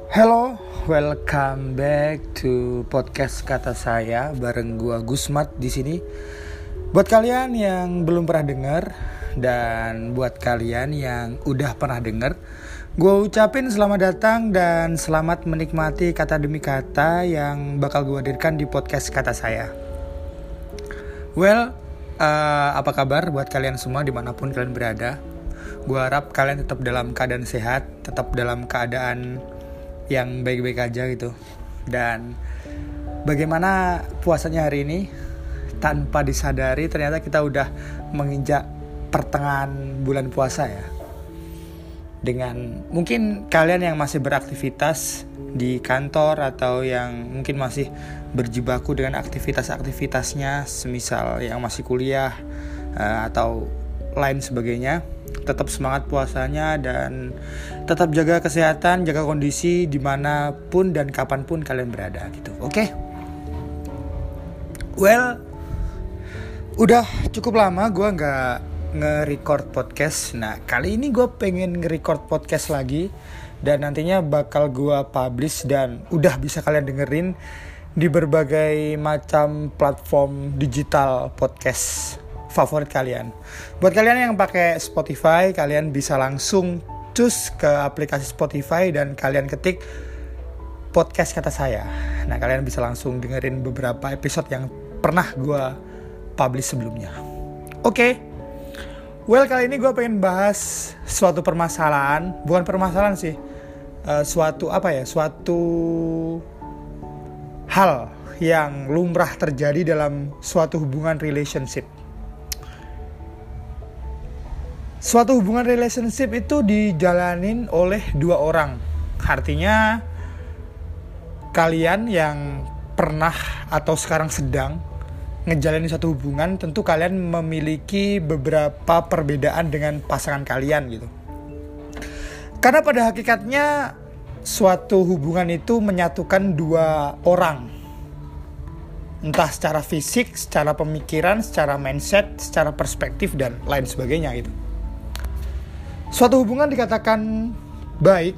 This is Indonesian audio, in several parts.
Hello, welcome back to podcast kata saya bareng gua Gusmat di sini. Buat kalian yang belum pernah denger dan buat kalian yang udah pernah denger, gua ucapin selamat datang dan selamat menikmati kata demi kata yang bakal gua hadirkan di podcast kata saya. Apa kabar buat kalian semua dimanapun kalian berada? Gua harap kalian tetap dalam keadaan sehat, tetap dalam keadaan yang baik-baik aja gitu. Dan bagaimana puasanya hari ini? Tanpa disadari ternyata kita udah menginjak pertengahan bulan puasa ya. Dengan mungkin kalian yang masih beraktivitas di kantor atau yang mungkin masih berjibaku dengan aktivitas-aktivitasnya, semisal yang masih kuliah atau lain sebagainya, tetap semangat puasanya dan tetap jaga kesehatan, jaga kondisi dimanapun dan kapanpun kalian berada gitu. Oke? Udah cukup lama gue nggak nge-record podcast. Nah kali ini gue pengen nge-record podcast lagi dan nantinya bakal gue publish dan udah bisa kalian dengerin di berbagai macam platform digital podcast favorit kalian. Buat kalian yang pakai Spotify, kalian bisa langsung cus ke aplikasi Spotify dan kalian ketik podcast kata saya. Nah, kalian bisa langsung dengerin beberapa episode yang pernah gue publish sebelumnya. Oke. Kali ini gue pengen bahas suatu permasalahan, bukan permasalahan sih, suatu hal yang lumrah terjadi dalam suatu hubungan relationship. Suatu hubungan relationship itu dijalanin oleh dua orang. Artinya kalian yang pernah atau sekarang sedang ngejalanin suatu hubungan, tentu kalian memiliki beberapa perbedaan dengan pasangan kalian gitu. Karena pada hakikatnya suatu hubungan itu menyatukan dua orang. Entah secara fisik, secara pemikiran, secara mindset, secara perspektif dan lain sebagainya gitu. Suatu hubungan dikatakan baik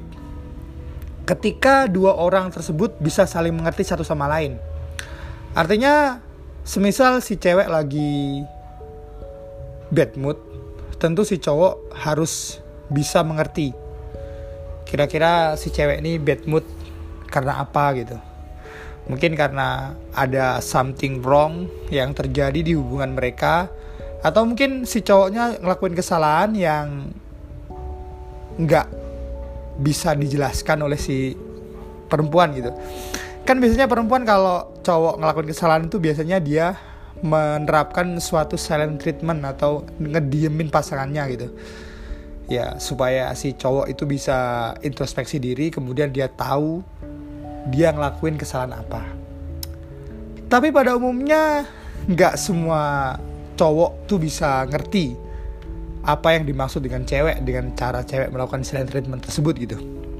ketika dua orang tersebut bisa saling mengerti satu sama lain. Artinya, semisal si cewek lagi bad mood, tentu si cowok harus bisa mengerti. Kira-kira si cewek ini bad mood karena apa gitu. Mungkin karena ada something wrong yang terjadi di hubungan mereka. Atau mungkin si cowoknya ngelakuin kesalahan yang nggak bisa dijelaskan oleh si perempuan gitu. Kan biasanya perempuan kalau cowok ngelakuin kesalahan itu biasanya dia menerapkan suatu silent treatment atau ngediemin pasangannya gitu. Ya supaya si cowok itu bisa introspeksi diri, kemudian dia tahu dia ngelakuin kesalahan apa. Tapi pada umumnya nggak semua cowok tuh bisa ngerti apa yang dimaksud dengan cewek, dengan cara cewek melakukan silent treatment tersebut gitu.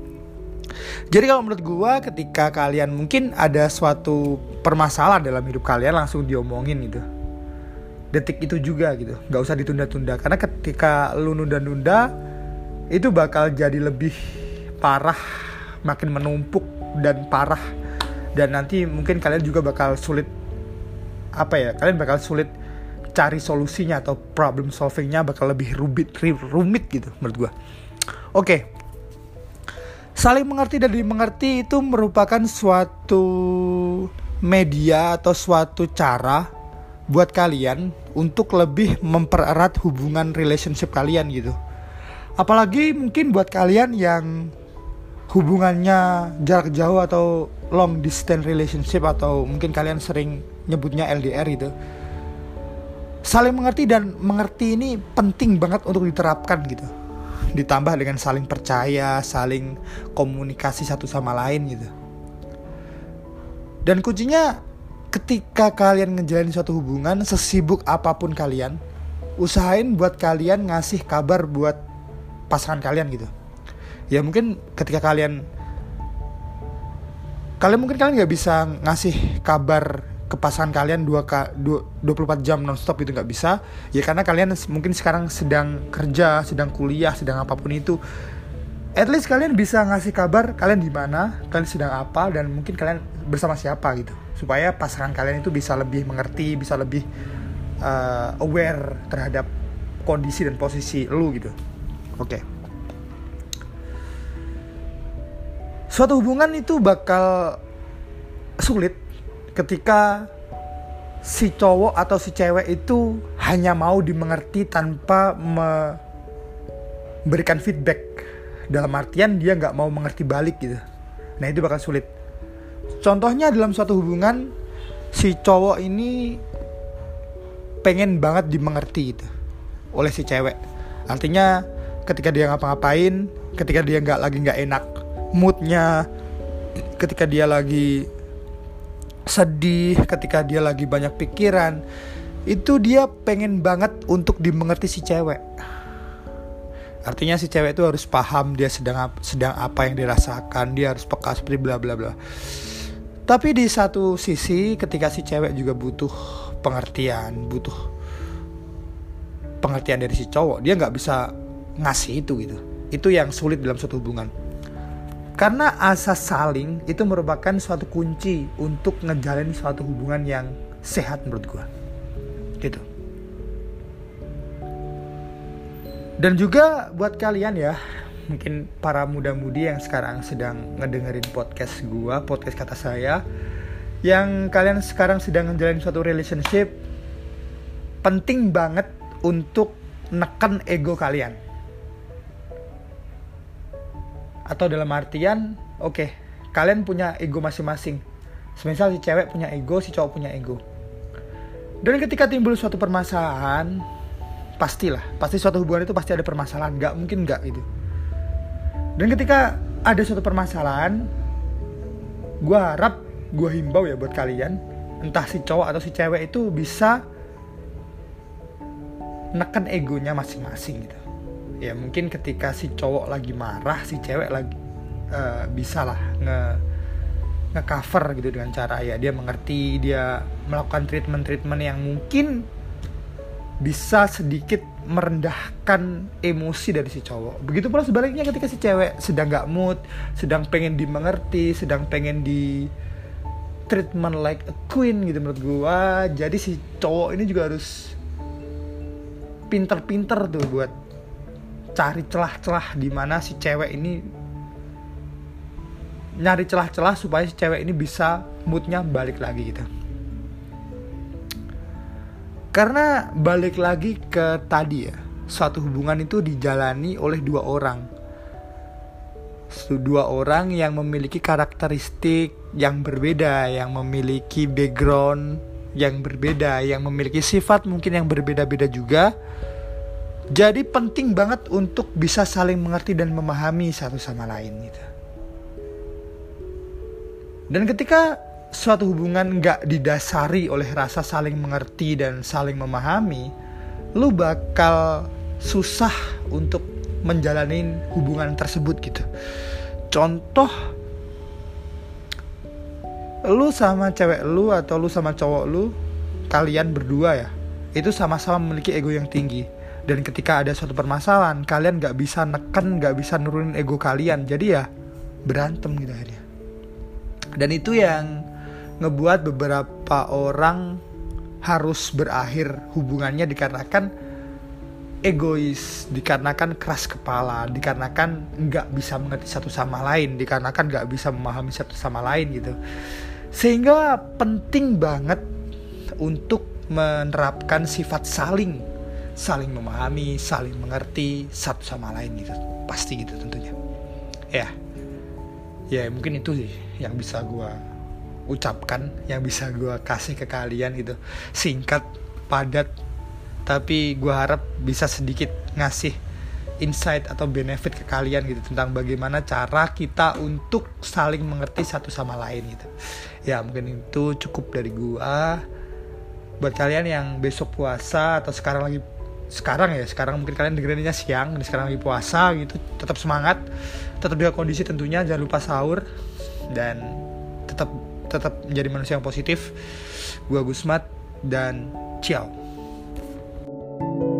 Jadi kalau menurut gue, ketika kalian mungkin ada suatu permasalahan dalam hidup kalian, langsung diomongin gitu. Detik itu juga gitu, gak usah ditunda-tunda. Karena ketika lu nunda-nunda, itu bakal jadi lebih parah, makin menumpuk dan parah. Dan nanti mungkin kalian juga bakal sulit, kalian bakal sulit cari solusinya atau problem solvingnya bakal lebih rumit gitu menurut gue. Oke. Saling mengerti dan dimengerti itu merupakan suatu media atau suatu cara buat kalian untuk lebih mempererat hubungan relationship kalian gitu. Apalagi mungkin buat kalian yang hubungannya jarak jauh atau long distance relationship atau mungkin kalian sering nyebutnya LDR gitu. Saling mengerti dan mengerti ini penting banget untuk diterapkan gitu. Ditambah dengan saling percaya, saling komunikasi satu sama lain gitu. Dan kuncinya ketika kalian ngejalanin suatu hubungan, sesibuk apapun kalian, usahain buat kalian ngasih kabar buat pasangan kalian gitu. Ya mungkin ketika kalian gak bisa ngasih kabar ke pasangan kalian 24 jam nonstop gitu, nggak bisa ya, karena kalian mungkin sekarang sedang kerja, sedang kuliah, sedang apapun itu. at least kalian bisa ngasih kabar kalian di mana, kalian sedang apa, dan mungkin kalian bersama siapa gitu, supaya pasangan kalian itu bisa lebih mengerti, bisa lebih aware terhadap kondisi dan posisi lu gitu. Oke. Suatu hubungan itu bakal sulit ketika si cowok atau si cewek itu hanya mau dimengerti tanpa memberikan feedback. Dalam artian dia gak mau mengerti balik gitu. Nah itu bakal sulit. Contohnya dalam suatu hubungan, si cowok ini pengen banget dimengerti gitu oleh si cewek. Artinya ketika dia ngapa-ngapain, ketika dia lagi gak enak moodnya, ketika dia lagi sedih, ketika dia lagi banyak pikiran, itu dia pengen banget untuk dimengerti si cewek. Artinya si cewek itu harus paham dia sedang apa yang dirasakan, dia harus peka seperti bla bla bla. Tapi di satu sisi ketika si cewek juga butuh pengertian dari si cowok, dia nggak bisa ngasih itu gitu. Itu yang sulit dalam suatu hubungan. Karena asas saling itu merupakan suatu kunci untuk ngejalanin suatu hubungan yang sehat menurut gue. Gitu. Dan juga buat kalian ya, mungkin para muda-mudi yang sekarang sedang ngedengerin podcast gua, podcast kata saya, yang kalian sekarang sedang ngejalanin suatu relationship, penting banget untuk neken ego kalian. Atau dalam artian, oke, kalian punya ego masing-masing. Semisal si cewek punya ego, si cowok punya ego. Dan ketika timbul suatu permasalahan, pasti suatu hubungan itu pasti ada permasalahan, gak mungkin gak gitu. Dan ketika ada suatu permasalahan, gue himbau ya buat kalian, entah si cowok atau si cewek itu bisa neken egonya masing-masing gitu. Ya mungkin ketika si cowok lagi marah, si cewek lagi bisa lah nge-cover gitu dengan cara ya dia mengerti, dia melakukan treatment yang mungkin bisa sedikit merendahkan emosi dari si cowok. Begitu pula sebaliknya ketika si cewek sedang gak mood, sedang pengen dimengerti, sedang pengen di treatment like a queen gitu menurut gua. Jadi si cowok ini juga harus pinter-pinter tuh buat cari celah-celah di mana si cewek ini, nyari celah-celah supaya si cewek ini bisa moodnya balik lagi gitu. Karena balik lagi ke tadi ya, suatu hubungan itu dijalani oleh dua orang yang memiliki karakteristik yang berbeda, yang memiliki background yang berbeda, yang memiliki sifat mungkin yang berbeda-beda juga. Jadi penting banget untuk bisa saling mengerti dan memahami satu sama lain gitu. Dan ketika suatu hubungan gak didasari oleh rasa saling mengerti dan saling memahami, lu bakal susah untuk menjalani hubungan tersebut gitu. Contoh, lu sama cewek lu atau lu sama cowok lu, kalian berdua ya, itu sama-sama memiliki ego yang tinggi. Dan ketika ada suatu permasalahan, kalian gak bisa neken, gak bisa nurunin ego kalian. Jadi ya berantem gitu akhirnya. Dan itu yang ngebuat beberapa orang harus berakhir hubungannya dikarenakan egois, dikarenakan keras kepala, dikarenakan nggak bisa mengerti satu sama lain, dikarenakan nggak bisa memahami satu sama lain gitu. Sehingga penting banget untuk menerapkan sifat saling memahami, saling mengerti satu sama lain gitu. Pasti gitu tentunya. Ya mungkin itu sih yang bisa gue ucapkan, yang bisa gue kasih ke kalian gitu. Singkat, padat, tapi gue harap bisa sedikit ngasih insight atau benefit ke kalian gitu tentang bagaimana cara kita untuk saling mengerti satu sama lain gitu. Ya mungkin itu cukup dari gue. Buat kalian yang besok puasa atau sekarang mungkin kalian dengerinnya siang dan sekarang lagi puasa gitu, tetap semangat, tetap jaga kondisi tentunya, jangan lupa sahur dan tetap menjadi manusia yang positif. Gua Gusmat dan ciao.